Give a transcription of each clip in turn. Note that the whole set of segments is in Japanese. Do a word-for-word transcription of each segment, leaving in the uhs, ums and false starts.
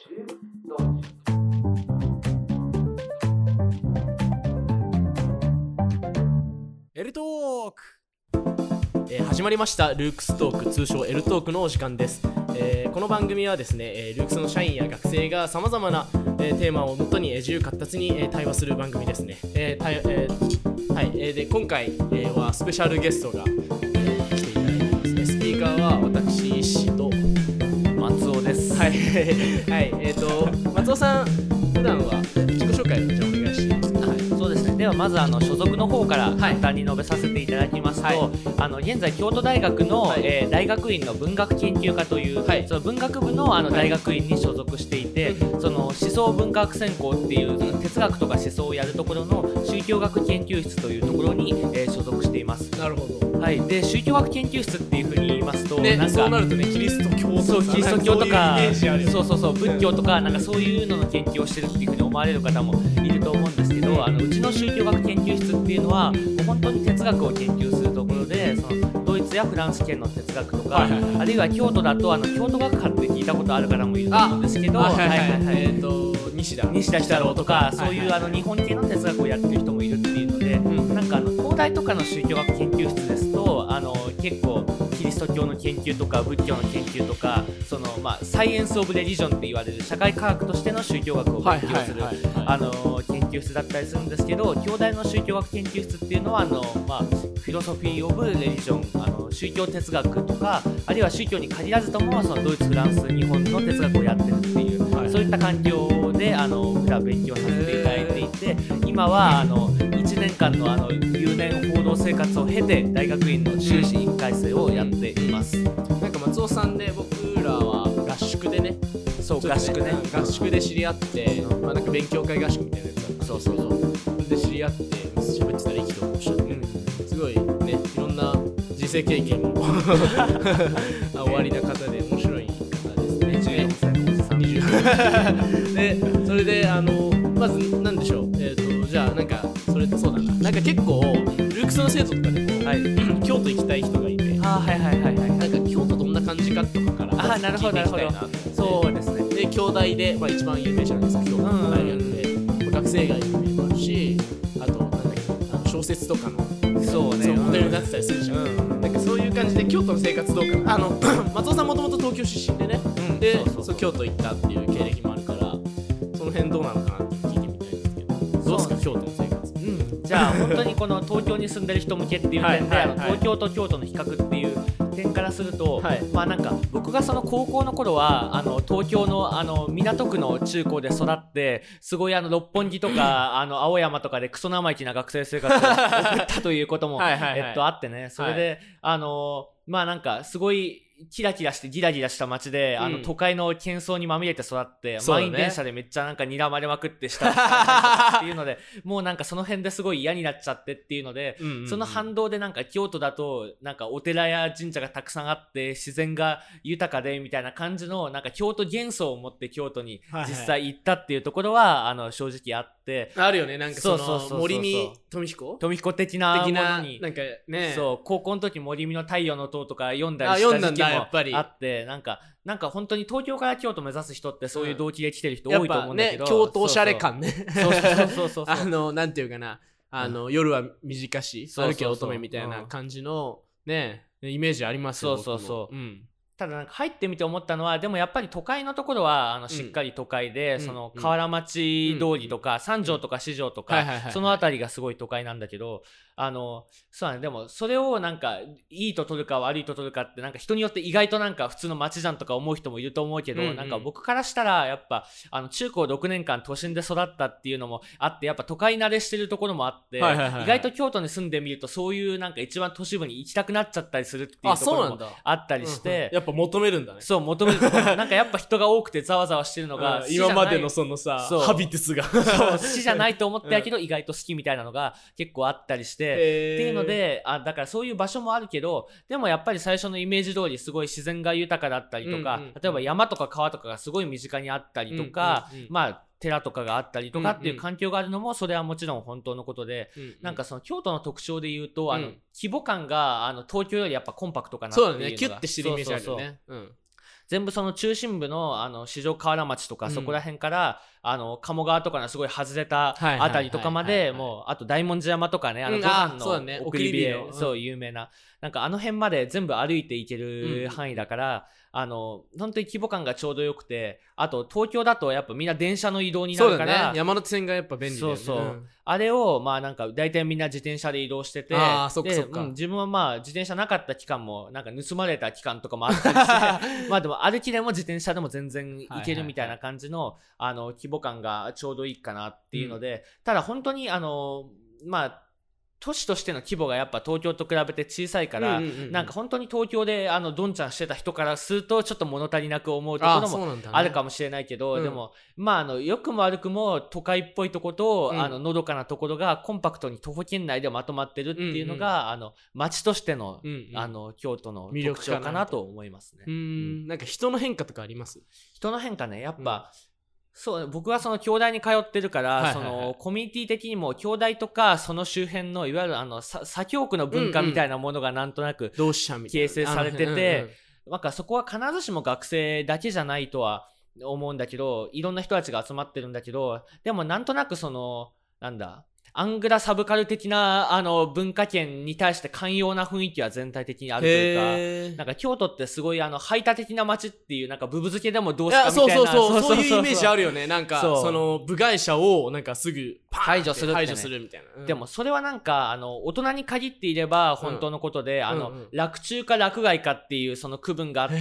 エルトーク、えー、始まりましたルークストーク、通称エルトークのお時間です。えー、この番組はですね、えー、ルークスの社員や学生がさまざまな、えー、テーマをもとに、えー、自由闊達に、えー、対話する番組ですね。えーたえーはいえー、で今回、えー、はスペシャルゲストが、えー、来ていただいてますね。スピーカーは私、石と松尾です。 はい、はいえー、と松尾さん、普段は自己紹介をじゃあお願いします。 はい、そうですね。ではまずあの所属の方から簡単に述べさせていただきますと、はい、あの現在京都大学の、はい、えー、大学院の文学研究科という、はい、その文学部の、あの大学院に所属していて、はい、その思想文化学専攻っていうその哲学とか思想をやるところの宗教学研究室というところに、えー、所属しています。 なるほど。 はい、で宗教学研究室っていうふうに言いますと、 ね、 なんかそうなるとね、キリスト教とか、 そうキリスト教とか、そうそうそう、仏教とか、 うん、 なんかそういうのの研究をしてるっていうふうに思われる方もいると思うんですけど、うん、あのうちの宗教学研究室っていうのは、もう本当に哲学を研究するところで、そのドイツやフランス圏の哲学とか、はいはいはい、あるいは京都だとあの京都学科って聞いたことある方もいると思うんですけど、 はいはいはい、えーと西田西田久郎とか、そういうあの日本系の哲学をやってる人もいるっていうので、うん、なんかあの東大とかの宗教学研究室ですと、あの結構キリスト教の研究とか仏教の研究とか、そのまあサイエンスオブレリジョンって言われる社会科学としての宗教学を勉強するあの研究室だったりするんですけど、京大の宗教学研究室っていうのはあの、まあ、フィロソフィーオブレリジョン、あの宗教哲学とか、あるいは宗教に限らずともそのドイツ、フランス、日本の哲学をやってるっていう、はい、そういった環境であの僕ら勉強させていただいていて、今はあのいちねんかんのあの留年報道生活を経て大学院の修士いっかい生をやっています。 なんか松尾さんで、僕らは合宿でね、 そう合宿ね、 合宿で知り合って、まあ、なんか勉強会合宿みたいなやつだったんですけど、そうそうそう、それで知り合って喋ってたら意気投合しちゃって、うん、すごいね、いろんな人生経験も終わりな方で面白い方ですね。 じゅうよんさいのおじさんで、それであのまずなんでしょう、えーとじゃあなんかそれってそうだな、なんか結構ルークスの生徒とかでも、はい、京都行きたい人がいて、 あ、はいはいはいはい、 なんか京都どんな感じかとかからあ、なるほどなるほど、そうですね。 で京大で、まあ、一番有名じゃないですか、京都の大学で、うん、学生街有名もあるし、あとなんだっけ、あの小説とかのそうね、 そうモデルになってたりするじゃん、うん、なんかそういう感じで京都の生活どうかな、あの松尾さんもともと東京出身でね、うん、でそうそうそうそう京都行ったっていう経歴もあるから、その辺どうなのかなって聞いてみたいんですけど、どうですか京都の生活。 うん、じゃあ本当にこの東京に住んでる人向けっていう点で、はいはいはい、あの東京と京都の比較っていう点からすると、はい、まあなんか僕がその高校の頃はあの東京のあの港区の中高で育って、すごいあの六本木とかあの青山とかでクソ生意気な学生生活を送ったということもはいはい、はい、えっとあってね、それで、はい、あのまあなんかすごいキラキラしてギラギラした街で、うん、あの都会の喧騒にまみれて育って、ね、満員電車でめっちゃなんか睨まれまくってしたっていうのでもうなんかその辺ですごい嫌になっちゃってっていうので、うんうんうん、その反動でなんか京都だとなんかお寺や神社がたくさんあって自然が豊かでみたいな感じのなんか京都幻想を持って京都に実際行ったっていうところは、はいはい、あの正直あってあるよね。なんかその森見富彦富彦的なものになんかね、 そう高校の時森見の太陽の塔とか読んだりした時期もあって、なんかなんか本当に東京から京都目指す人ってそういう動機で来てる人多いと思うんだけど、 ね、京都おしゃれ感ね、 そうそうそうそうあのなんていうかな、あの、うん、夜は短し歩け乙女みたいな感じのねイメージありますよ。 そうそうそう、うん、ただなんか入ってみて思ったのは、でもやっぱり都会のところはあのしっかり都会で、うん、その河原町通りとか、うん、三条とか四条とか、うん、そのあたりがすごい都会なんだけど、あのそうだね、でもそれをなんかいいと取るか悪いと取るかってなんか人によって意外となんか普通の町じゃんとか思う人もいると思うけど、うんうん、なんか僕からしたらやっぱあの中高ろくねんかん都心で育ったっていうのもあって、やっぱ都会慣れしてるところもあって、はいはいはいはい、意外と京都に住んでみるとそういうなんか一番都市部に行きたくなっちゃったりするっていうところもあったりして、 うんうん、やっぱ求めるんだね。 そう求めるところなんかやっぱ人が多くてざわざわしてるのが、 うん、今までのそのさハビティスがそう好きじゃないと思ったけど、うん、意外と好きみたいなのが結構あったりして、っていうのでであだからそういう場所もあるけど、でもやっぱり最初のイメージ通りすごい自然が豊かだったりとか、うんうんうん、例えば山とか川とかがすごい身近にあったりとか、うんうんうん、まあ寺とかがあったりとかっていう環境があるのもそれはもちろん本当のことで、うんうん、なんかその京都の特徴で言うと、うん、あの規模感があの東京よりやっぱコンパクトかなっていうのが、 そうだね、キュッてしてるイメージあるよね。そうそうそう、うん全部その中心部のあの四条河原町とかそこら辺から、うん、あの鴨川とかのすごい外れたあたりとかまでもうあと大文字山とかねあのご飯の送り火のそう有名ななんかあの辺まで全部歩いて行ける範囲だから、うん、あの本当に規模感がちょうどよくてあと東京だとやっぱみんな電車の移動になるから、 そうだね、山手線がやっぱ便利だよね。 そうそう、うん、あれをまあなんか大体みんな自転車で移動してて、 あそっかそっか、 うん、自分はまあ自転車なかった期間もなんか盗まれた期間とかもあったりしてまあでも歩きでも自転車でも全然行けるみたいな感じの、はいはいはい、あの規模感がちょうどいいかなっていうので、うん、ただ本当にあのまあ都市としての規模がやっぱ東京と比べて小さいから、うんうんうんうん、なんか本当に東京であのどんちゃんしてた人からするとちょっと物足りなく思うところもあるかもしれないけど、ね、でも、うん、まああの良くも悪くも都会っぽいところと、うん、あののどかなところがコンパクトに徒歩圏内でまとまってるっていうのが、うんうん、あの街としての、うんうん、あの京都の特徴かなと思いますね。 うん、うん、なんか人の変化とかあります？ 人の変化ね、やっぱ、うんそう僕はその京大に通ってるから、はいはいはい、そのコミュニティ的にも京大とかその周辺のいわゆるあの左京区の文化みたいなものがなんとなく形成されてて、なんかそこは必ずしも学生だけじゃないとは思うんだけど、いろんな人たちが集まってるんだけど、でもなんとなくそのなんだアングラサブカル的なあの文化圏に対して寛容な雰囲気は全体的にあるというか、なんか京都ってすごいあの排他的な街っていうなんかブブ漬けでもどうすかみたいな、 そうそうそうそういうイメージあるよね。なんか そ, その部外者をなんかすぐパーン排除するって、ね、 排除するみたいな、うん、 でもそれはなんかあの大人に限っていれば本当のことで、うん、あの、うんうん、洛中か洛外かっていうその区分があって、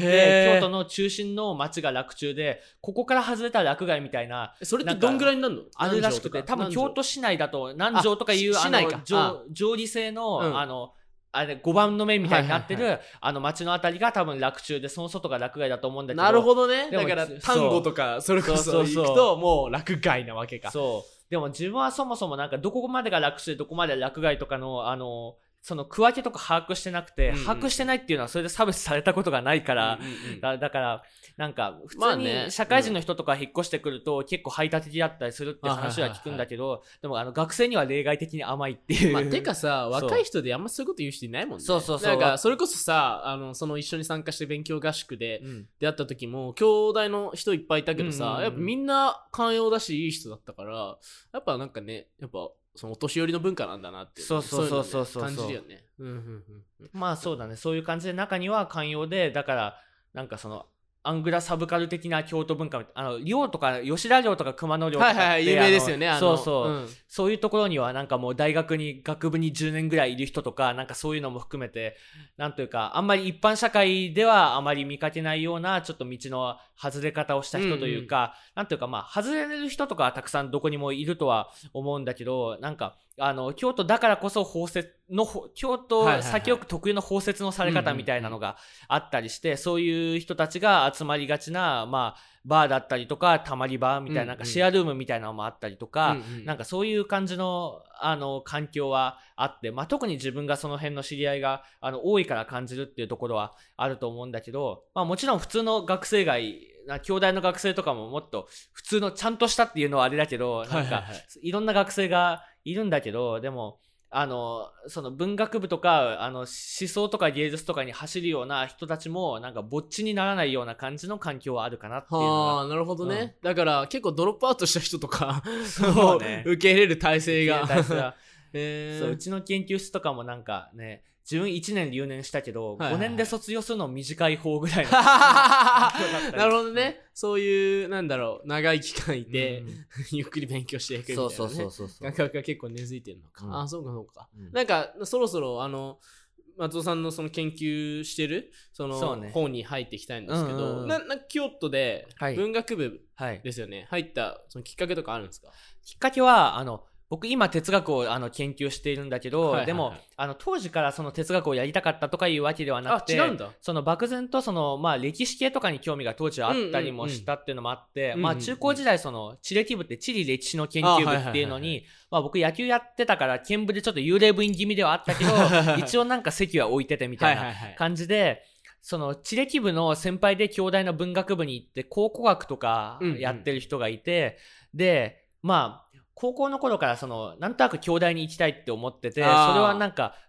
京都の中心の街が洛中でここから外れたら洛外みたいな、 それってどんぐらいになるの？ あるらしくて、多分京都市内だと南城とかいうあの上理性の、うん、あのあれごばんの目みたいになってる、はいはいはい、あの街のあたりが多分洛中でその外が洛外だと思うんだけど。 なるほどね。だから丹後とかそれこそ行くともう洛外なわけか。 そうでも自分はそもそもなんかどこまでが洛中でどこまで洛外とかのあのその区分けとか把握してなくて、うんうん、把握してないっていうのはそれで差別されたことがないから、うんうんうん、だ, だからなんか普通に社会人の人とか引っ越してくると結構排他的だったりするって話は聞くんだけど、でもあの学生には例外的に甘いっていう、 まあ、てかさ若い人であんまそういうこと言う人いないもんね。 そうそうそう、 なんかそれこそさあのその一緒に参加して勉強合宿で出会った時も兄弟の人いっぱいいたけどさ、うんうんうん、やっぱみんな寛容だしいい人だったからやっぱなんかねやっぱそのお年寄りの文化なんだなってそうそうそうそうそう感じるよね。うんうんうんうん、まあそうだね、そういう感じで中には寛容で、だからなんかそのアングラサブカル的な京都文化、あの寮とか吉田寮とか熊野寮とかって、はいはい、 有名ですよね。 あのそうそう、うん、そういうところにはなんかもう大学に学部にじゅうねんぐらいいる人とかなんかそういうのも含めてなんというかあんまり一般社会ではあまり見かけないようなちょっと道の外れ方をした人というか、うんうん、なんというかまあ外れる人とかはたくさんどこにもいるとは思うんだけど、なんかあの京都だからこそ包摂の京都先よく特有の包摂のされ方みたいなのがあったりして、そういう人たちが集まりがちなまあバーだったりとかたまり場みたいな、なんかシェアルームみたいなのもあったりとか、うんうん、なんかそういう感じのあの環境はあって、まあ、特に自分がその辺の知り合いがあの多いから感じるっていうところはあると思うんだけど、まあ、もちろん普通の学生街京大の学生とかももっと普通のちゃんとしたっていうのはあれだけど、なんか、はいはいはい、いろんな学生がいるんだけど、でもあのその文学部とかあの思想とか芸術とかに走るような人たちもなんかぼっちにならないような感じの環境はあるかなっていうのが。 はあ、なるほどね、うん、だから結構ドロップアウトした人とかそう、ね、受け入れる体制がえー、そううちの研究室とかもなんかね、自分いちねん留年したけど、はいはいはい、ごねんで卒業するの短い方ぐらいのなるほどね、そういうなんだろう長い期間いて、うん、ゆっくり勉強していくみたいなね、そうそうそうそう感覚が結構根付いてるのか、うん、あそうかそうか、うん、なんかそろそろあの松尾さんのその研究してるその本に入っていきたいんですけど、うんうんうん、なな京都で文学部ですよね、はい、入ったそのきっかけとかあるんですか？ きっかけはあの僕今哲学をあの研究しているんだけど、はいはいはい、でもあの当時からその哲学をやりたかったとかいうわけではなくて、 あ違うんだ、 その漠然とその、まあ、歴史系とかに興味が当時はあったりもしたっていうのもあって、うんうんうん、まあ、中高時代その地歴部って地理歴史の研究部っていうのに、はいはいはいはい、まあ、僕野球やってたから剣部でちょっと幽霊部員気味ではあったけど一応なんか席は置いててみたいな感じで、はいはいはい、その地歴部の先輩で京大の文学部に行って考古学とかやってる人がいて、うんうん、でまあ高校の頃からそのなんとなく京大に行きたいって思ってて、それはなんか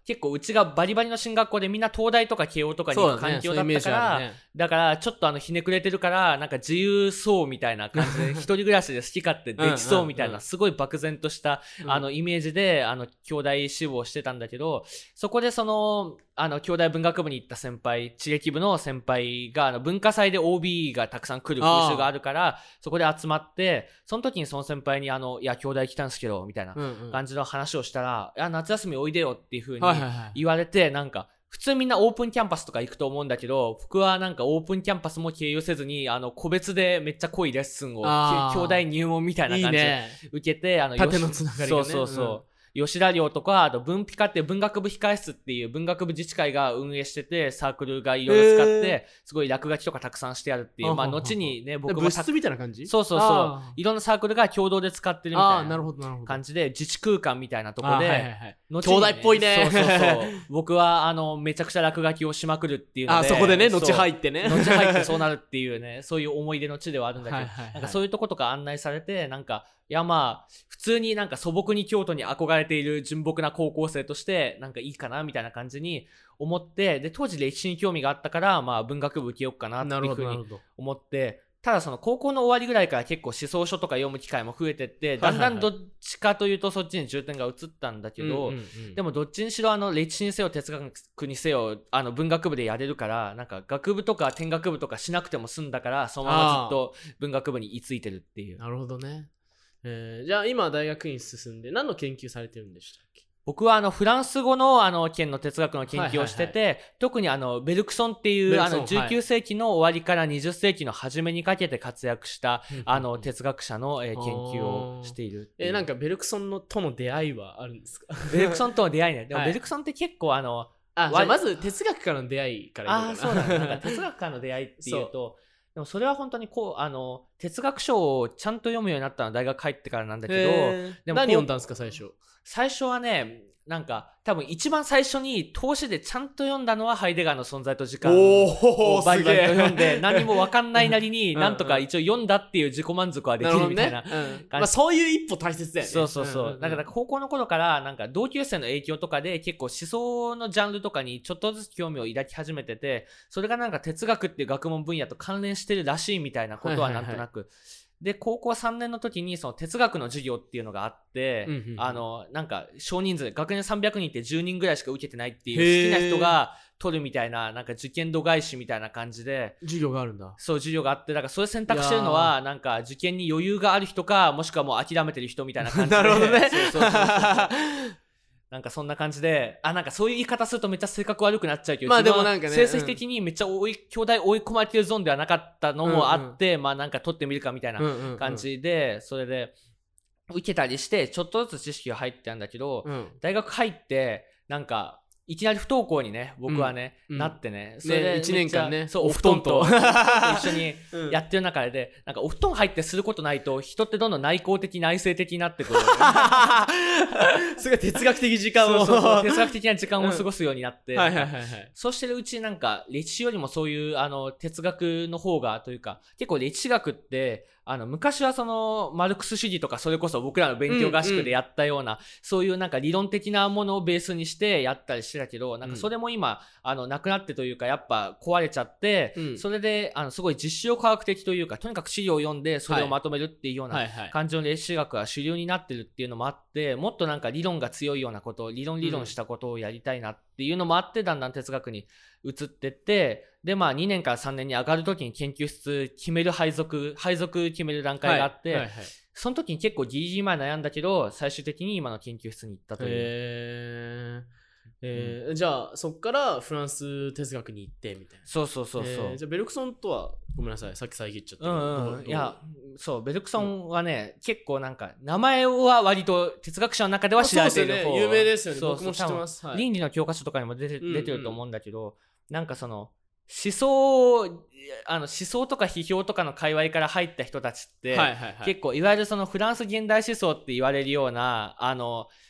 結構うちがバリバリの進学校でみんな東大とか慶応とかに行く環境だったから、ねね、だからちょっとあのひねくれてるからなんか自由そうみたいな感じで一人暮らしで好き勝手できそうみたいなすごい漠然としたあのイメージであの兄弟志望してたんだけど、そこでそのあの兄弟文学部に行った先輩、地劇部の先輩があの文化祭で オービー がたくさん来る風習があるから、そこで集まって、その時にその先輩にあのいや兄弟来たんすけどみたいな感じの話をしたら、いや夏休みおいでよっていう風に言われて、なんか普通みんなオープンキャンパスとか行くと思うんだけど、僕はなんかオープンキャンパスも経由せずにあの個別でめっちゃ濃いレッスンを兄弟入門みたいな感じで受けて、いいね、あの縦のつながりがね、 そうそうそう、うん吉田寮とかあと文ピカっていう文学部控室っていう文学部自治会が運営してて、サークルがいろいろ使ってすごい落書きとかたくさんしてあるっていう、まあ後にね僕も部室みたいな感じ、 そうそうそういろんなサークルが共同で使ってるみたいな感じで自治空間みたいなとこで、はいはいはい、 兄弟っぽいね。 そうそうそう僕はあのめちゃくちゃ落書きをしまくるっていうので、 あそこでね後入ってね後入ってそうなるっていうねそういう思い出の地ではあるんだけど、はいはいはい、なんかそういうとことか案内されて、なんかいやまあ普通になんか素朴に京都に憧れている純朴な高校生としてなんかいいかなみたいな感じに思って、で当時歴史に興味があったからまあ文学部受けようかなっていうふうに思って、ただその高校の終わりぐらいから結構思想書とか読む機会も増えてって、だんだんどっちかというとそっちに重点が移ったんだけど、でもどっちにしろあの歴史にせよ哲学にせよあの文学部でやれるから、なんか学部とか典学部とかしなくても済んだから、そのままずっと文学部に居ついてるっていう。 なるほどね。えー、じゃあ今大学院進んで何の研究されてるんでしたっけ？ 僕はあのフランス語のあの県の哲学の研究をしてて、はいはいはい、特にあのベルクソンっていうあのじゅうきゅう世紀の終わりからにじゅっ世紀の初めにかけて活躍したあの哲学者のえ研究をしている。 えー、なんかベルクソンのとの出会いはあるんですか？ ベルクソンとの出会いね。でもベルクソンって結構あの、 あ、じゃあまず哲学からの出会いからいこうかな。 あ、そうなんだ。なんか哲学からの出会いっていうとでもそれは本当にこうあの哲学書をちゃんと読むようになったのは大学入ってからなんだけど、 でも何読んだんですか最初？ 最初はね、なんか多分一番最初に通しでちゃんと読んだのはハイデガーの存在と時間をバリバリと読んで、何も分かんないなりになんとか一応読んだっていう自己満足はできるみたいな、 ね、うんまあ、そういう一歩大切だよね。 そうそうそう、 うんうんうん、 だから高校の頃からなんか同級生の影響とかで結構思想のジャンルとかにちょっとずつ興味を抱き始めてて、それがなんか哲学っていう学問分野と関連してるらしいみたいなことはなんとなく、はいはいはい、で高校さんねんの時にその哲学の授業っていうのがあって、うんうんうん、あのなんか少人数学年さんびゃくにんってじゅうにんぐらいしか受けてないっていう好きな人が取るみたいな、なんか受験度外視みたいな感じで授業があるんだ。 そう授業があって、だからそれ選択してるのはなんか受験に余裕がある人か、もしくはもう諦めてる人みたいな感じでなるほどね。 そうそうそうそうなんかそんな感じで、あ、なんかそういう言い方するとめっちゃ性格悪くなっちゃうけど、 まあでもなんかね、 成績的にめっちゃ追い、兄弟追い込まれてるゾーンではなかったのもあって、うんうん、まあなんか取ってみるかみたいな感じで、うんうんうん、それで受けたりしてちょっとずつ知識が入ってたんだけど、うん、大学入ってなんかいきなり不登校にね僕はね、うん、なってね、それでねいちねんかんねそうお布団と一緒にやってる中で、なんかお布団入ってすることないと人ってどんどん内向的内省的になってくるすごい哲学的時間をそうそうそう哲学的な時間を過ごすようになって、 はいはいはいはい、 そうしてるうちなんか歴史よりもそういうあの哲学の方がというか、結構歴史学ってあの昔はそのマルクス主義とかそれこそ僕らの勉強合宿でやったような、うんうん、そういうなんか理論的なものをベースにしてやったりしてたけど、なんかそれも今、うん、あのなくなってというかやっぱ壊れちゃって、うん、それであのすごい実証科学的というか、とにかく資料を読んでそれをまとめるっていうような感じの歴史学が主流になってるっていうのもあって、もっとなんか理論が強いようなことを理論理論したことをやりたいなっていうのもあって、だんだん哲学に移ってって、でまあにねんからさんねんに上がるときに研究室決める配属配属決める段階があって、はいはいはい、その時に結構ギリギリまで悩んだけど最終的に今の研究室に行ったという。 へーえーうん、じゃあそっからフランス哲学に行ってみたいな。 そうそうそうそう、 えー、じゃあベルクソンとはごめんなさいさっき遮っちゃったけど、 うんうん、いやそうベルクソンはね、うん、結構なんか名前は割と哲学者の中では知られている方、 そうですよね、有名ですよね。 そう僕も知ってます、はい、 倫理の教科書とかにも出て、出てると思うんだけど、うんうん、なんかその思想あの思想とか批評とかの界隈から入った人たちって、はいはいはい、結構いわゆるそのフランス現代思想って言われるようなあの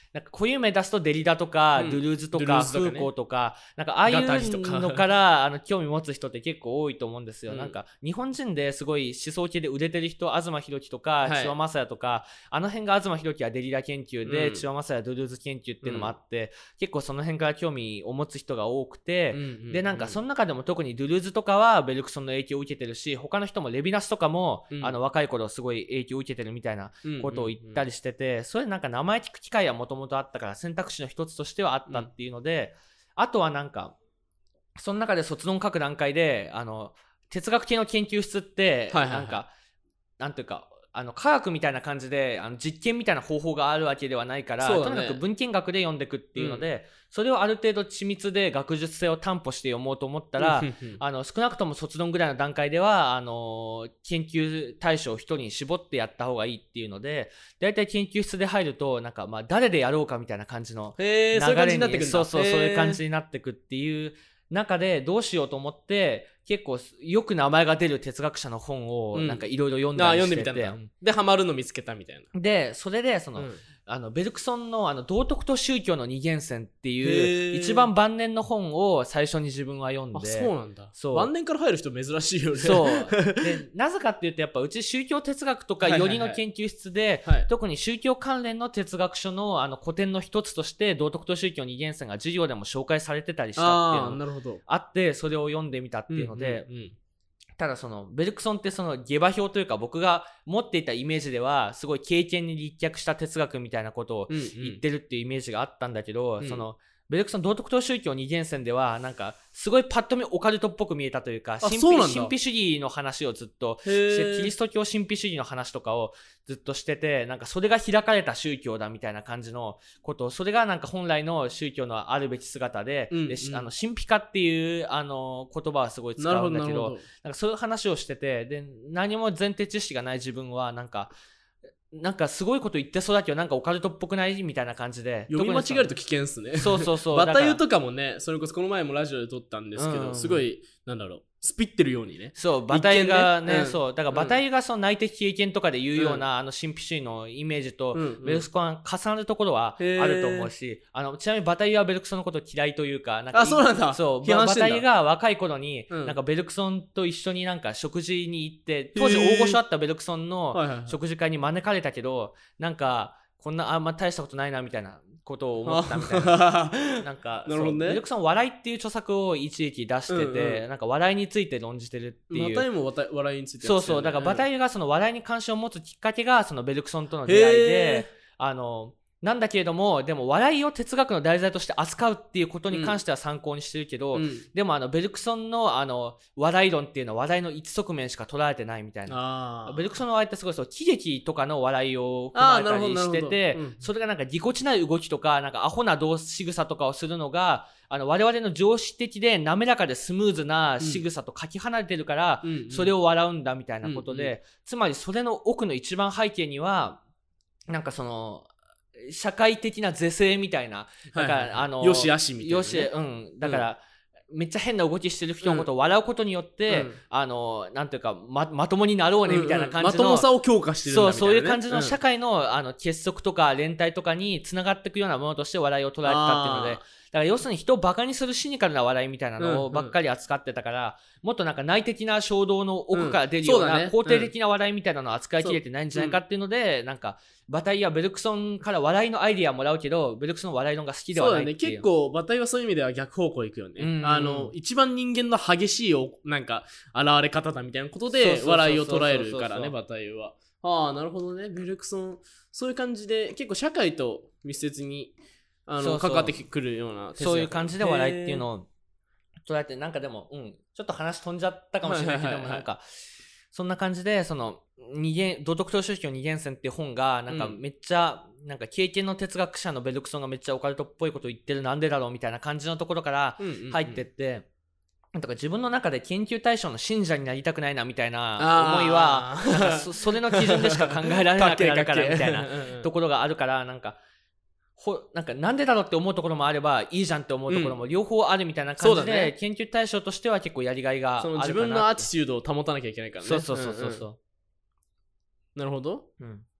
なんか固有名出すとデリダとか、うん、ドゥルーズとかフーコーとかなんかああいうのからあの興味持つ人って結構多いと思うんですよ、うん、なんか日本人ですごい思想系で売れてる人、東博樹とか、はい、千葉雅也とかあの辺が東博樹はデリダ研究で、うん、千葉雅也はドゥルーズ研究っていうのもあって、うん、結構その辺から興味を持つ人が多くて、うんうんうん、でなんかその中でも特にドゥルーズとかはベルクソンの影響を受けてるし、他の人もレヴィナスとかも、うん、あの若い頃すごい影響を受けてるみたいなことを言ったりしてて、うんうんうん、それなんか名前聞く機会はもともとあったから選択肢の一つとしてはあったっていうので、うん、あとはなんかその中で卒論書く段階であの哲学系の研究室ってなんか、はいはいはい、なんていうかあの科学みたいな感じであの実験みたいな方法があるわけではないから、ね、とにかく文献学で読んでいくっていうので、うん、それをある程度緻密で学術性を担保して読もうと思ったらあの少なくとも卒論ぐらいの段階ではあの研究対象を一人に絞ってやった方がいいっていうので、だいたい研究室で入るとなんかまあ誰でやろうかみたいな感じの流れに、そういう感じになってくるんだ。そうそうそういう感じになってくっていう中でどうしようと思って結構よく名前が出る哲学者の本をなんかいろいろ読んだりしてて、うん、あ読んでみたんだ。 でハマるの見つけたみたいな。 でそれでその、うん、あのベルクソンのあの道徳と宗教の二元線っていう一番晩年の本を最初に自分は読んで。 あ、そうなんだ。そう晩年から入る人珍しいよね。 そうでなぜかっていうとやっぱうち宗教哲学とかよりの研究室で、はいはいはい、特に宗教関連の哲学書のあの古典の一つとして道徳と宗教二元線が授業でも紹介されてたりしたっていうのがあってそれを読んでみたっていうので、うんうんうん、ただそのベルクソンってその下馬評というか僕が持っていたイメージではすごい経験に立脚した哲学みたいなことを言ってるっていうイメージがあったんだけど、うんうん、そのベルクソン道徳と宗教二元線ではなんかすごいパッと見オカルトっぽく見えたというか、神秘、神秘主義の話をずっとしてキリスト教神秘主義の話とかをずっとしてて、なんかそれが開かれた宗教だみたいな感じのことを、それがなんか本来の宗教のあるべき姿で、うんうん、であの神秘化っていうあの言葉はすごい使うんだけど、なんかそういう話をしてて、で何も前提知識がない自分はなんかなんかすごいこと言ってそうだけどなんかオカルトっぽくないみたいな感じで読み間違えると危険っすね。 そうそうそうバタユとかもね、それこそこの前もラジオで撮ったんですけど、うん、すごいなんだろうスピってるようにね。 そうバタユが ね, ね、うん、そうだからバタユがその内的経験とかで言うような、うん、あの神秘主義のイメージとベルクソンは重なるところはあると思うし、あのちなみにバタユはベルクソンのこと嫌いというか、なんかあそうなんだ。 そうバタユが若い頃に、うん、なんかベルクソンと一緒になんか食事に行って、当時大御所あったベルクソンの食事会に招かれたけど、なんかこんなあんま大したことないなみたいなことを思ったみたいな。なんかなるほど、ね、 ベルクソン笑いっていう著作を一時期出してて、うんうん、なんか笑いについて論じてるっていう。 バタイも笑いについてやってたよね。そうそうだからバタイがその笑いに関心を持つきっかけがそのベルクソンとの出会いで、あのなんだけれどもでも笑いを哲学の題材として扱うっていうことに関しては参考にしてるけど、うん、でもあのベルクソンのあの笑い論っていうのは笑いの一側面しか捉えてないみたいな。ベルクソンの笑いってすごいそう喜劇とかの笑いを踏まえたりしてて、うん、それがなんかぎこちない動きとかなんかアホな動仕草とかをするのがあの我々の常識的で滑らかでスムーズな仕草とかき離れてるから、うん、それを笑うんだみたいなことで、うんうん、つまりそれの奥の一番背景にはなんかその社会的な是正みたいな、だから、はいはい、あのよしあしみたいな、ね、 よし、うん、だから、うん、めっちゃ変な動きしてる人のことを笑うことによって、うん、あのなんていうか ま, まともになろうねみたいな感じの、うんうん、まともさを強化してるんだみたいな、ね、 そうそういう感じの社会の、うん、あの結束とか連帯とかにつながっていくようなものとして笑いを捉えてたっていうので、だから要するに人をバカにするシニカルな笑いみたいなのをばっかり扱ってたから、うんうん、もっとなんか内的な衝動の奥から出るような、うんね、肯定的な笑いみたいなのを扱いきれてないんじゃないかっていうので、うん、なんかバタイやベルクソンから笑いのアイディアもらうけどベルクソンの笑いのが好きではないっていう。 そうだね、結構バタイはそういう意味では逆方向行くよね、うんうん、あの一番人間の激しいなんか現れ方だみたいなことで笑いを捉えるからね、バタイは。ああなるほどね。ベルクソンそういう感じで結構社会と密接にあのそうそう関わってくるような、 そういう感じで笑いっていうのを捉えて、なんかでも、うん、ちょっと話飛んじゃったかもしれないけども、はいはいはいはい、なんかそんな感じでその二元道徳と宗教二元線っていう本がなんかめっちゃ、うん、なんか経験の哲学者のベルクソンがめっちゃオカルトっぽいことを言ってる、なんでだろうみたいな感じのところから入ってって、うんうんうん、なんか自分の中で研究対象の信者になりたくないなみたいな思いはなんか そ, それの基準でしか考えられなくなるからみたいなところがあるから、なんかほなんかなんでだろうって思うところもあればいいじゃんって思うところも両方あるみたいな感じで、うんね、研究対象としては結構やりがいがあるかな。その自分のアティチュードを保たなきゃいけないからね。 そうそうそうそうそう、 うんうん、なるほど、 うん、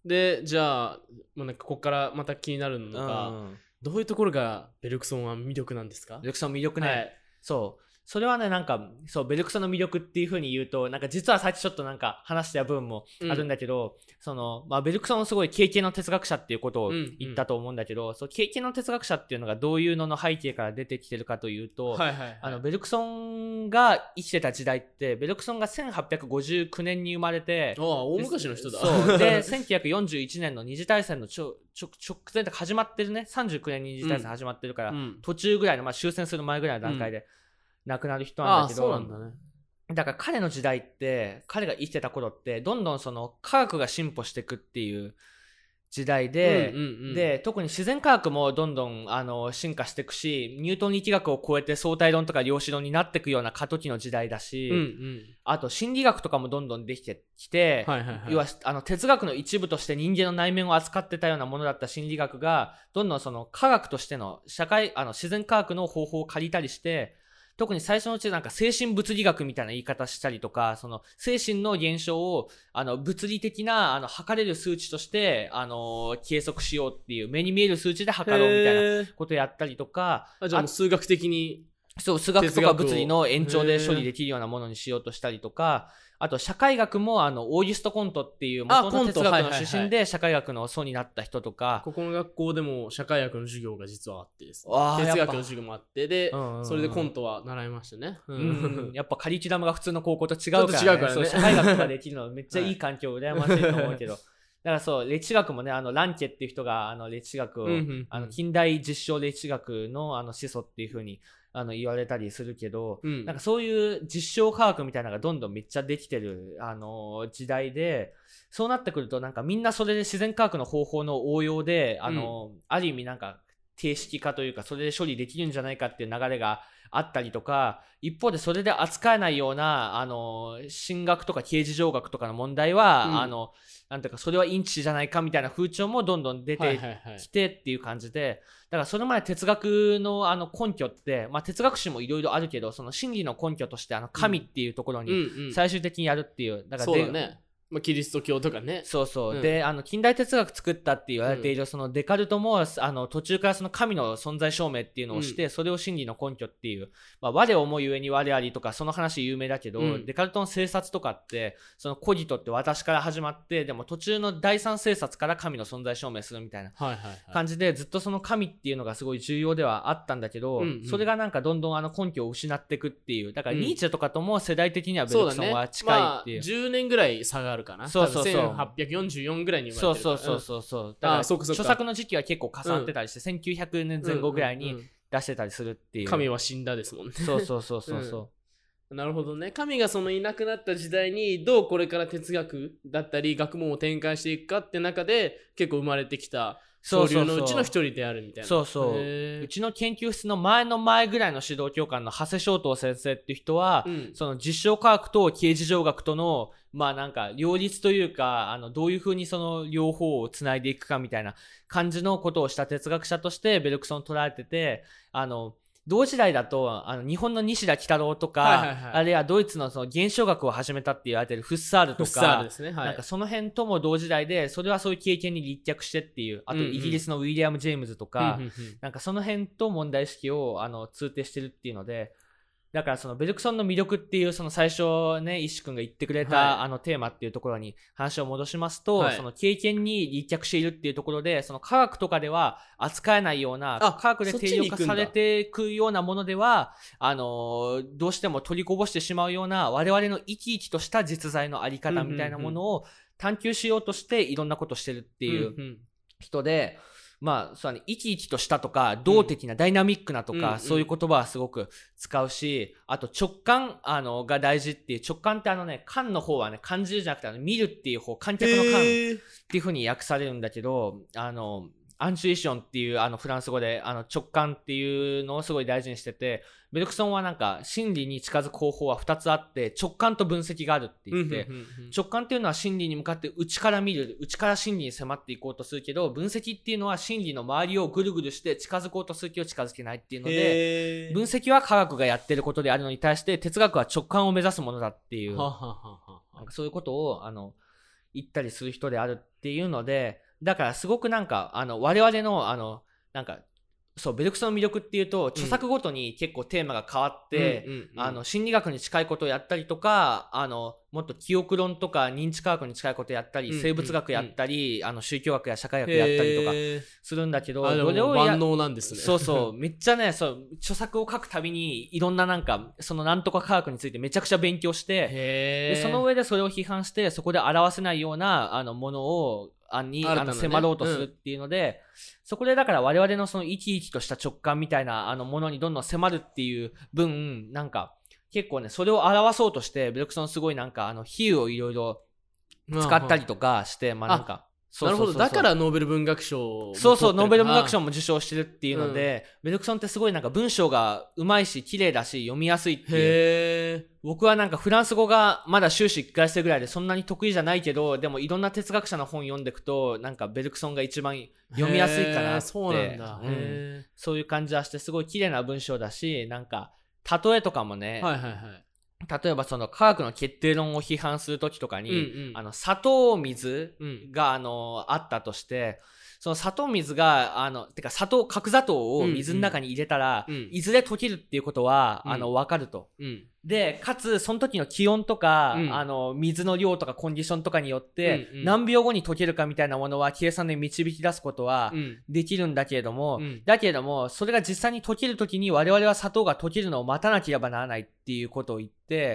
でじゃあもうなんかここからまた気になるのが、うん、どういうところがベルクソンは魅力なんですか？ ベルクソン魅力ね、はい、そうそれはねなんかそうベルクソンの魅力っていう風に言うとなんか実はさっきちょっとなんか話した部分もあるんだけど、うん、そのまあベルクソンすごい経験の哲学者っていうことを言ったと思うんだけど、うんうん、そう経験の哲学者っていうのがどういうのの背景から出てきてるかというと、はいはいはい、あのベルクソンが生きてた時代ってベルクソンがせんはっぴゃくごじゅうきゅうねんに生まれて、 ああ大昔の人だ。 そうでせんきゅうひゃくよんじゅういちねんの二次大戦のちょちょ直前で始まってるねさんじゅうきゅうねんに二次大戦始まってるから、うん、途中ぐらいの、まあ、終戦する前ぐらいの段階で、うん亡くなる人なんだけど、 ああそうなんだね。 だから彼の時代って彼が生きてた頃ってどんどんその科学が進歩していくっていう時代で、うんうんうん、で特に自然科学もどんどんあの進化していくしニュートン力学を超えて相対論とか量子論になっていくような過渡期の時代だし、うんうん、あと心理学とかもどんどんできてきて、はいはいはい、要はあの哲学の一部として人間の内面を扱ってたようなものだった心理学がどんどんその科学としての社会あの自然科学の方法を借りたりして特に最初のうちなんか精神物理学みたいな言い方したりとかその精神の現象をあの物理的なあの測れる数値としてあの計測しようっていう目に見える数値で測ろうみたいなことをやったりとかあじゃあもう数学的にそう数学とか物理の延長で処理できるようなものにしようとしたりとかあと社会学もあのオーギュスト・コントっていう元々哲学の出身で社会学の祖になった人とか、はいはいはい、 ここの学校でも社会学の授業が実はあってですね哲学の授業もあってで、うんうんうん、それでコントは習いましたね、 うんうん、やっぱカリキュラムが普通の高校と違うからね、ちょっと違うからねそう社会学ができるのめっちゃいい環境羨ましいと思うけど、はい、だからそう歴史学もねあのランケっていう人があの歴史学を、うんうんうん、あの近代実証歴史学のあの始祖っていう風にあの言われたりするけど、うん、なんかそういう実証科学みたいなのがどんどんめっちゃできてる、あのー、時代でそうなってくるとなんかみんなそれで自然科学の方法の応用で、あのーうん、ある意味なんか定式化というかそれで処理できるんじゃないかっていう流れがあったりとか一方でそれで扱えないような、あのー、神学とか形而上学とかの問題は、うん、あのなんていうかそれはインチじゃないかみたいな風潮もどんどん出てきてっていう感じで、はいはいはい、だからそれまで哲学 の, あの根拠って、まあ、哲学史もいろいろあるけどその真理の根拠としてあの神っていうところに最終的にやるっていう、うんうんうん、だからそうだねまあ、キリスト教とかねそうそう、うん、であの近代哲学作ったって言われている、うん、そのデカルトもあの途中からその神の存在証明っていうのをして、うん、それを真理の根拠っていう、まあ、我を思うゆえに我ありとかその話有名だけど、うん、デカルトの生殺とかってそのコギトって私から始まってでも途中の第三生殺から神の存在証明するみたいな感じで、はいはいはい、ずっとその神っていうのがすごい重要ではあったんだけど、うんうん、それがなんかどんどんあの根拠を失っていくっていうだからニーチェとかとも世代的にはベルクソンは近いっていう、 そうだね、まあ、じゅうねんぐらい差があるかなそうそうそうせんはっぴゃくよんじゅうよんぐらいに生まれてるからそうそうそうそうだから著作の時期は結構重なってたりして、うん、せんきゅうひゃくねんぜん後ぐらいに出してたりするっていう、うんうんうん、 神は死んだですもんねそうそうそうそうそう、 うん、なるほどね神がそのいなくなった時代にどうこれから哲学だったり学問を展開していくかって中で結構生まれてきた潮流のうちの一人であるみたいなそうそうそううちの研究室の前の前ぐらいの指導教官の長谷翔東先生っていう人は、うん、その実証科学と形而上学とのまあなんか両立というかあのどういう風にその両方をつないでいくかみたいな感じのことをした哲学者としてベルクソン捉えててあの同時代だとあの日本の西田幾多郎とか、はいはいはい、あるいはドイツ の, その現象学を始めたって言われてるフッサールとか、ねはい、なんかその辺とも同時代でそれはそういう経験に立脚してっていうあとイギリスのウィリアム・ジェームズとか、うんうん、なんかその辺と問題意識をあの通底してるっていうのでだからそのベルクソンの魅力っていうその最初ね石君が言ってくれた、はい、あのテーマっていうところに話を戻しますと、はい、その経験に立脚しているっていうところでその科学とかでは扱えないような科学で定量化されていくようなものではあのどうしても取りこぼしてしまうような我々の生き生きとした実在のあり方みたいなものを探求しようとしていろんなことしてるっていう人で、うんうんまあそうね、生き生きとしたとか動的な、うん、ダイナミックなとか、うんうん、そういう言葉はすごく使うしあと直感あのが大事っていう直感ってあのね感の方はね感じるじゃなくてあの見るっていう方観客の感っていう風に訳されるんだけどあのアンチュイションっていうあのフランス語であの直感っていうのをすごい大事にしててベルクソンはなんか真理に近づく方法はふたつあって直感と分析があるって言って、うんうんうんうん、直感っていうのは真理に向かって内から見る内から真理に迫っていこうとするけど分析っていうのは真理の周りをぐるぐるして近づこうとするけど近づけないっていうので分析は科学がやってることであるのに対して哲学は直感を目指すものだっていうははははそういうことをあの言ったりする人であるっていうので、だからすごくなんかあの我々のあのなんかそうベルクソンの魅力っていうと、著作ごとに結構テーマが変わって、うんうんうんうん、あの心理学に近いことをやったりとか、あのもっと記憶論とか認知科学に近いことをやったり、うんうんうん、生物学やったり、あの宗教学や社会学やったりとかするんだけど、 どれをや万能なんですね。 そうそうめっちゃね、そう著作を書くたびにいろんななんかそのなんとか科学についてめちゃくちゃ勉強して、でその上でそれを批判して、そこで表せないようなあのものを案に、ね、あの迫ろうとするっていうので、うん、そこでだから我々のその生き生きとした直感みたいなあのものにどんどん迫るっていう分、なんか結構ねそれを表そうとしてベルクソンすごいなんかあの比喩をいろいろ使ったりとかして、まあなんかなるほど、だからノーベル文学賞そうそうノーベル文学賞も受賞してるっていうので、うん、ベルクソンってすごいなんか文章がうまいし綺麗だし読みやすいっていう。 へー。 僕はなんかフランス語がまだ修士いっかい生ぐらいでそんなに得意じゃないけど、でもいろんな哲学者の本読んでいくとなんかベルクソンが一番読みやすいかなって。 そうなんだ、 うん、そういう感じはして、すごい綺麗な文章だし、なんか例えとかもね、 はいはいはい、 例えばその科学の決定論を批判するときとかに、うんうん、あの砂糖水が、うん、あのあったとして、その砂糖水があのてか砂糖角砂糖を水の中に入れたら、うんうん、いずれ溶けるっていうことは、うん、あの分かると、うん、でかつその時の気温とか、うん、あの水の量とかコンディションとかによって、うんうん、何秒後に溶けるかみたいなものは計算で導き出すことはできるんだけれども、うん、だけれどもそれが実際に溶ける時に我々は砂糖が溶けるのを待たなければならないっていうことを言って、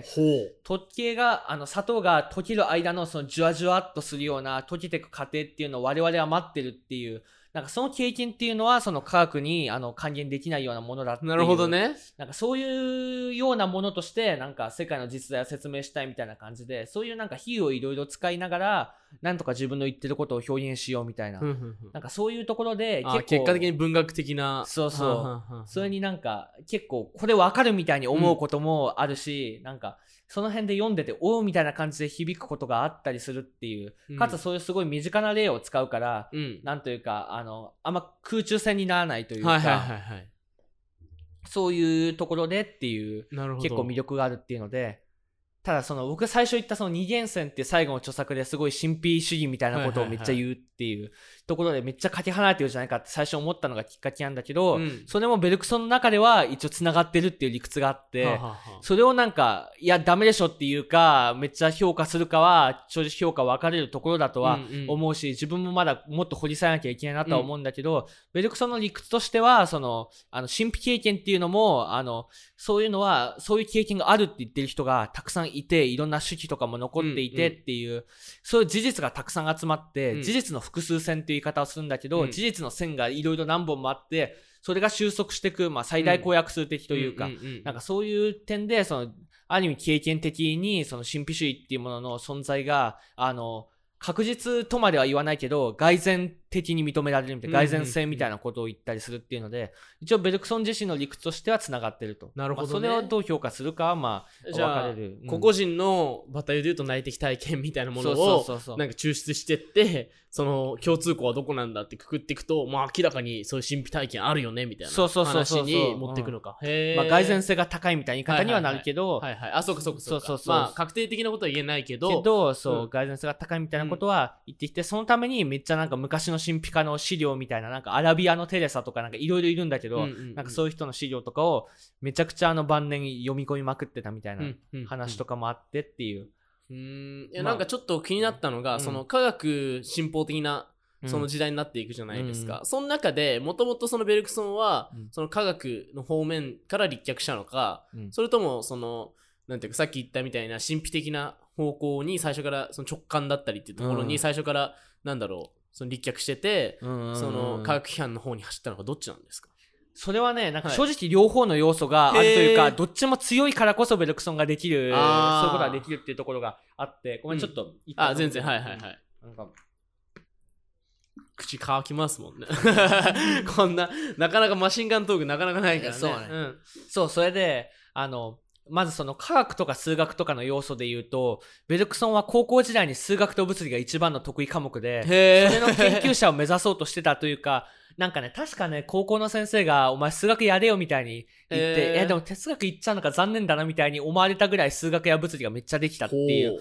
時計があの砂糖が溶ける間のそのじゅわじゅわっとするような溶けていく過程っていうのを我々は待ってるっていう、なんかその経験っていうのはその科学にあの還元できないようなものだっていう。 なるほどね。 なんかそういうようなものとしてなんか世界の実在を説明したいみたいな感じで、そういうなんか比喩をいろいろ使いながらなんとか自分の言ってることを表現しようみたいな、なんかそういうところで結構結果的に文学的な、 そうそうそれになんか結構これ分かるみたいに思うこともあるし、うん、なんかその辺で読んでておーみたいな感じで響くことがあったりするっていう、うん、かつそういうすごい身近な例を使うから、うん、なんというかあのあんま空中戦にならないというか、はいはいはいはい、そういうところでっていう結構魅力があるっていうので、ただその僕最初言ったその二元線って最後の著作ですごい神秘主義みたいなことをめっちゃ言うっていうところでめっちゃかけ離れてるじゃないかって最初思ったのがきっかけなんだけど、うん、それもベルクソンの中では一応つながってるっていう理屈があって、はははそれをなんかいやダメでしょっていうかめっちゃ評価するかは正直評価分かれるところだとは思うし、うんうん、自分もまだもっと掘り下げなきゃいけないなとは思うんだけど、うん、ベルクソンの理屈としてはそのあの神秘経験っていうのもあのそういうのはそういう経験があるって言ってる人がたくさんいて、いろんな手記とかも残っていてっていう、うんうん、そういう事実がたくさん集まって、うん、事実の複数線っていう言い方をするんだけど、うん、事実の線がいろいろ何本もあってそれが収束していく、まあ、最大公約数的というか、うんうんうんうん、なんかそういう点でそのある意味経験的にその神秘主義っていうものの存在があの確実とまでは言わないけど蓋然的に認められるみたいな、蓋然性みたいなことを言ったりするっていうので、うんうんうん、一応ベルクソン自身の理屈としてはつながってると。 なるほどね。 まあ、それをどう評価するかはまあじゃあ分かれる、うん、個々人のバタイユでいうと内的体験みたいなものをなんか抽出してって、その共通項はどこなんだってくくっていくと、まあ明らかにそういう神秘体験あるよねみたいな話に持っていくのか。 へー、まあ、蓋然性が高いみたいな言い方にはなるけど、 はいはいはいはいはい、あそうかそうかそうか、そうそうそう、まあ確定的なことは言えないけど、 けどそう、うん、蓋然性が高いみたいなことは言ってきて、そのためにめっちゃなんか昔の神秘家の資料みたいな、なんかアラビアのテレサとかなんかいろいろいるんだけど、うんうんうん、なんかそういう人の資料とかをめちゃくちゃあの晩年読み込みまくってたみたいな話とかもあってっていう。 うーん、いやなんかちょっと気になったのが、うん、その科学進歩的なその時代になっていくじゃないですか、うん、その中でもともとそのベルクソンは、うん、その科学の方面から立脚したのか、うん、それともそのなんていうかさっき言ったみたいな神秘的な方向に最初からその直感だったりっていうところに最初からなんだろうその立脚してて、うん、その科学批判の方に走ったのかどっちなんですか？ それはね、なんか正直両方の要素があるというか、はい、どっちも強いからこそベルクソンができる、そういうことができるっていうところがあって、ごめん、ちょっと、うん、 あ、全然、はいはいはい。なんか口乾きますもんねこんななかなかマシンガントークなかなかないからね。 そうね、うん、そうそれであのまずその科学とか数学とかの要素で言うと、ベルクソンは高校時代に数学と物理が一番の得意科目で、それの研究者を目指そうとしてたというか、なんかね、確かね、高校の先生がお前数学やれよみたいに言って、えでも哲学言っちゃうのか残念だなみたいに思われたぐらい数学や物理がめっちゃできたっていう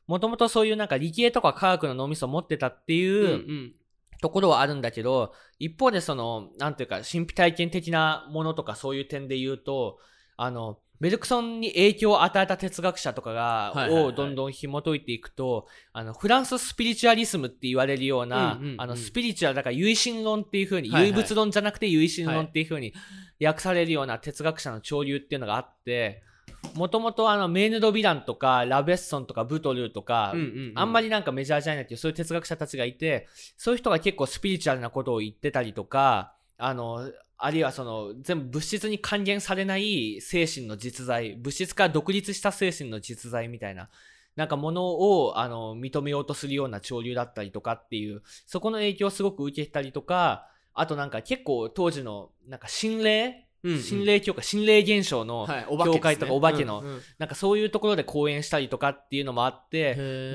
もともとそういうなんか理系とか科学の脳みそを持ってたっていう、うんうんところはあるんだけど、一方でそのなんていうか神秘体験的なものとかそういう点で言うと、あのベルクソンに影響を与えた哲学者とかが、はいはいはい、をどんどん紐解いていくと、あのフランススピリチュアリスムって言われるような、うんうんうん、あのスピリチュアルだから唯心論っていう風に、はいはい、唯物論じゃなくて唯心論っていう風に訳されるような哲学者の潮流っていうのがあって、もともとあのメーヌ・ド・ビランとかラベッソンとかブトルーとか、うんうんうん、あんまりなんかメジャーじゃないけどそういう哲学者たちがいて、そういう人が結構スピリチュアルなことを言ってたりとか、あのあるいはその全部物質に還元されない精神の実在、物質から独立した精神の実在みたいななんかものをあの認めようとするような潮流だったりとかっていう、そこの影響をすごく受けたりとか、あとなんか結構当時のなんか心霊うんうん、心霊教会、心霊現象の教会とかお化けの、はいねうんうん、なんかそういうところで講演したりとかっていうのもあって、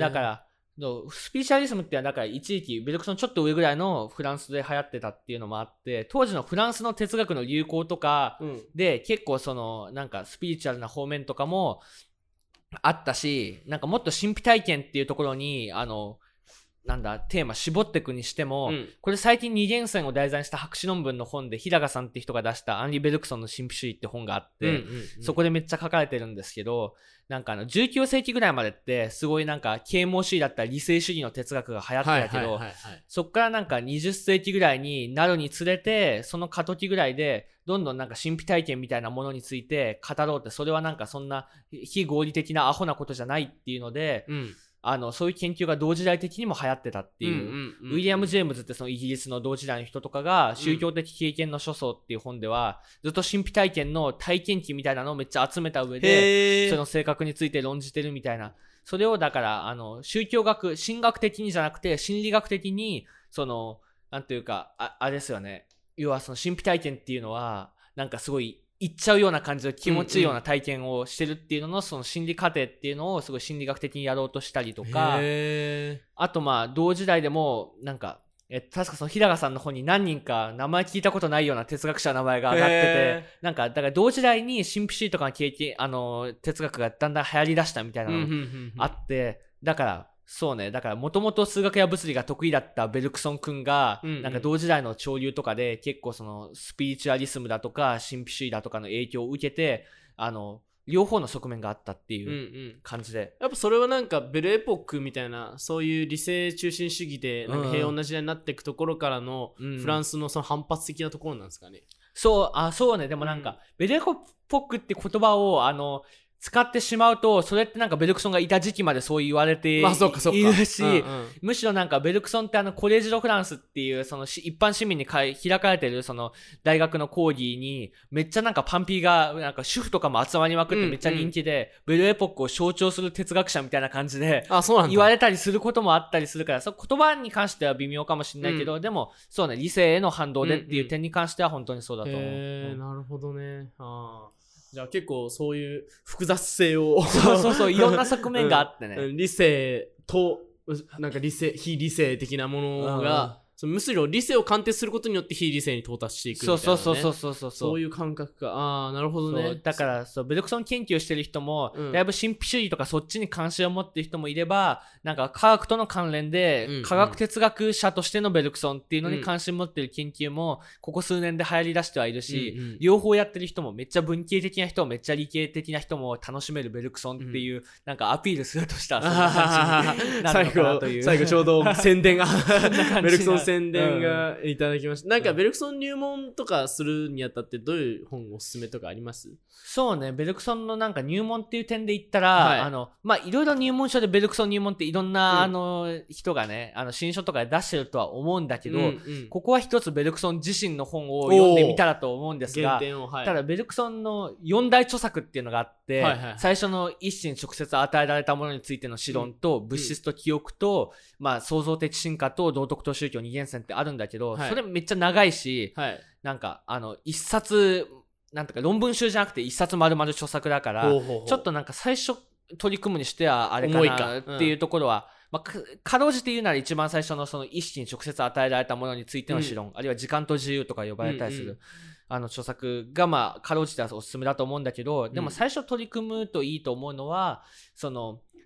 だからスピリチュアリズムっていうのはだから一時期ベルクソンちょっと上ぐらいのフランスで流行ってたっていうのもあって、当時のフランスの哲学の流行とかで、うん、結構そのなんかスピリチュアルな方面とかもあったし、なんかもっと神秘体験っていうところにあのなんだテーマ絞っていくにしても、うん、これ最近二元線を題材にした博士論文の本で日高さんって人が出したアンリ・ベルクソンの神秘主義って本があって、うんうんうん、そこでめっちゃ書かれてるんですけど、なんかあのじゅうきゅう世紀ぐらいまでってすごいなんか啓蒙主義だったり理性主義の哲学が流行ってたけど、はいはいはいはい、そっからなんかにじゅっ世紀ぐらいになるにつれて、その過渡期ぐらいでどんどんなんか神秘体験みたいなものについて語ろうって、それはなんかそんな非合理的なアホなことじゃないっていうので、うんあのそういう研究が同時代的にも流行ってたっていう、うんうんうんうん、ウィリアム・ジェームズってそのイギリスの同時代の人とかが、宗教的経験の諸相っていう本では、ずっと神秘体験の体験記みたいなのをめっちゃ集めた上でその性格について論じてるみたいな、それをだからあの宗教学神学的にじゃなくて心理学的にそのなんていうか あ, あれですよね、要はその神秘体験っていうのはなんかすごい行っちゃうような感じで気持ちいいような体験をしてるっていうのの、その心理過程っていうのをすごい心理学的にやろうとしたりとか、あとまあ同時代でもなんかえ確かその日高さんの方に何人か名前聞いたことないような哲学者の名前が上がってて、なんかだから同時代に神秘主義とかの経験あの哲学がだんだん流行りだしたみたいなのがあって、だからそうね、だからもともと数学や物理が得意だったベルクソン君が、うんうん、なんか同時代の潮流とかで結構そのスピリチュアリスムだとか神秘主義だとかの影響を受けて、あの両方の側面があったっていう感じで、うんうん、 やっぱそれはなんかベルエポックみたいなそういう理性中心主義でなんか平穏な時代になっていくところからのフランスのその反発的なところなんですかね、うん、 そうあそうね、でもなんか、うん、ベルエポックって言葉をあの使ってしまうと、それってなんかベルクソンがいた時期までそう言われているし、うんうん、むしろなんかベルクソンってあのコレージドフランスっていうその一般市民に開かれてるその大学の講義にめっちゃなんかパンピーがなんか主婦とかも集まりまくってめっちゃ人気で、うんうん、ベルエポックを象徴する哲学者みたいな感じで言われたりすることもあったりするから、そ言葉に関しては微妙かもしれないけど、うん、でもそうね、理性への反動でっていう点に関しては本当にそうだと思う。 へー、なるほどね。あー、じゃあ結構そういう複雑性をそうそうそういろんな側面があってね、 うん、理性となんか理性非理性的なものが、そのむしろ理性を鑑定することによって非理性に到達していくみたいな、ね、 そうそうそうそうそうそういう感覚か。ああ、なるほどね。 だからそうベルクソン研究してる人も、うん、だいぶ神秘主義とかそっちに関心を持ってる人もいれば、なんか科学との関連で、うんうん、科学哲学者としてのベルクソンっていうのに関心を持ってる研究もここ数年で流行りだしてはいるし、うんうん、両方やってる人もめっちゃ文系的な人もめっちゃ理系的な人も楽しめるベルクソンっていう、うん、なんかアピールするとしたらそんな感じになるのかなという最後ちょうど宣伝がベルクソン宣伝が、うん、いただきました。なんかベルクソン入門とかするにあたってどういう本おすすめとかあります？ そうね、ベルクソンのなんか入門っていう点で言ったら、はい、あのまあいろいろ入門書でベルクソン入門っていろんな、うん、あの人がねあの新書とかで出してるとは思うんだけど、うんうん、ここは一つベルクソン自身の本を読んでみたらと思うんですが、はい、ただベルクソンのよん大著作っていうのがあって、はいはいはい、最初の一心直接与えられたものについての史論と、うん、物質と記憶と、うん、まあ創造的進化と道徳と宗教二元線ってあるんだけど、はい、それめっちゃ長いし、はい、なんかあの一冊なんとか論文集じゃなくて一冊丸々著作だからほうほうほう、ちょっとなんか最初取り組むにしてはあれかなっていうところは、うんまあ、かろうじて言うなら一番最初のその意識に直接与えられたものについての史論、うん、あるいは時間と自由とか呼ばれたりする、うんうん、あの著作がまあかろうじてはおすすめだと思うんだけど、でも最初取り組むといいと思うのはその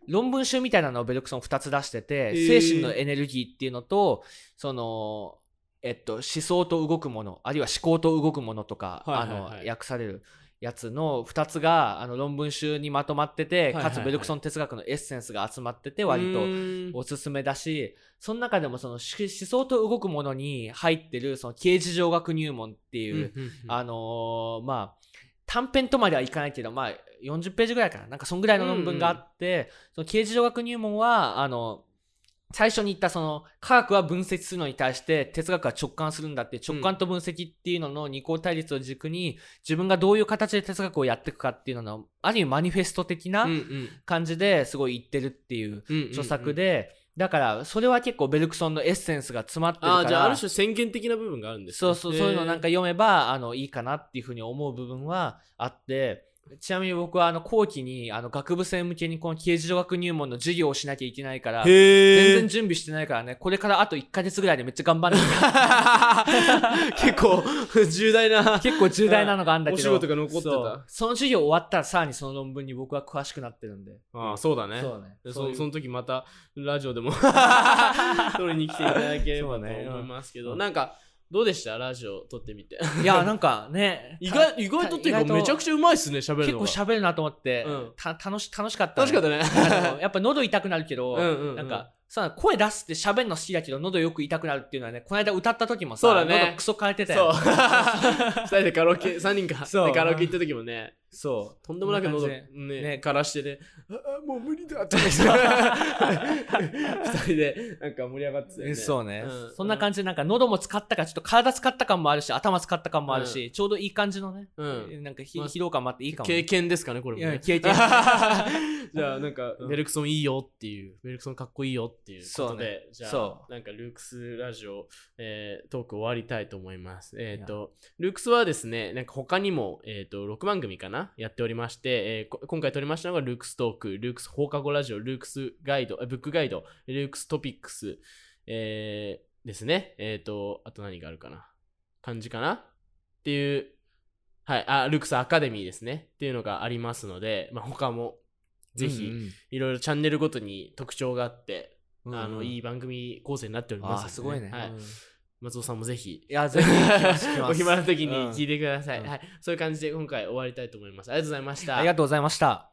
論文集みたいなのをベルクソンふたつ出してて、 ー精神のエネルギーっていうのとその、えっと、思想と動くものあるいは思考と動くものとか、 はいはいはい、 あの訳されるやつのふたつがあの論文集にまとまってて、 はいはいはい、 かつベルクソン哲学のエッセンスが集まってて割とおすすめだし、その中でもその思想と動くものに入ってるその形而上学入門っていう、 うんうんうん、 あのー、まあ短編とまではいかないけど、まあ、よんじゅっページぐらいかななんかそんぐらいの論文があって、うんうん、その形而上学入門はあの最初に言ったその科学は分析するのに対して哲学は直感するんだって、直感と分析っていうのの二項対立を軸に自分がどういう形で哲学をやっていくかっていうののある意味マニフェスト的な感じですごい言ってるっていう著作で、うんうんうん、だからそれは結構ベルクソンのエッセンスが詰まってるから、 あ、じゃあある種宣言的な部分があるんですね。 そうそう、そういうのなんか読めばあのいいかなっていうふうに思う部分はあって、ちなみに僕はあの後期にあの学部生向けにこの形而上学入門の授業をしなきゃいけないから全然準備してないからね、これからあといっかげつぐらいでめっちゃ頑張んない結構重大な結構重大なのがあるんだけどお仕事が残ってた。 そ, その授業終わったらさらにその論文に僕は詳しくなってるんで。 ああ、そうだね。 そうね。 そ, そうその時またラジオでも取りに来ていただければと思いますけど、ね、うん、なんかどうでしたラジオ撮ってみて。 いやなんかね意外意外とっていうかめちゃくちゃうまいっすね、喋るのが。 結構喋るなと思って、うん、た楽し楽しかった、 ね、楽しかったね。 やっぱ喉痛くなるけど、 うんうんうん、 なんかさ声出すって喋るの好きだけど喉よく痛くなるっていうのはね、この間歌った時もさ、 そうだね、 喉クソ枯れてたよ。 そうふたりでカラオケさんにんかでカラオケ行った時もね、 そうとんでもなく喉ねね枯らしてね、あもう無理だってふたりでなんか盛り上がってたよね。 そうね、 うん、 そんな感じでなんか喉も使ったからちょっと体使った感もあるし頭使った感もあるし、うん、ちょうどいい感じのね、うん、なんかひ、まあ、疲労感もあっていいかも、ね、 経験ですかねこれもね。 経験じゃあなんかベルクソンいいよっていう、ベルクソンかっこいいよっていうことで、 ね、 じゃあなんかルークスラジオ、えー、トーク終わりたいと思います。えっ、ー、とルークスはですね、なんか他にも、えー、とろくばんぐみかなやっておりまして、えー、今回撮りましたのがルークストーク、ルークス放課後ラジオ、ルークスガイド、ブックガイド、ルークストピックス、えー、ですね。えっ、ー、とあと何があるかな、漢字かなっていう、はい、あルークスアカデミーですねっていうのがありますので、まあ、他もぜひいろいろチャンネルごとに特徴があって、うんうん、あのいい番組構成になっておりますので、ね、 あすごいね、 はい、うん、松尾さんもぜひいやぜひお暇な時に聞いてください、 うんはい、そういう感じで今回終わりたいと思います。ありがとうございました。 ありがとうございました。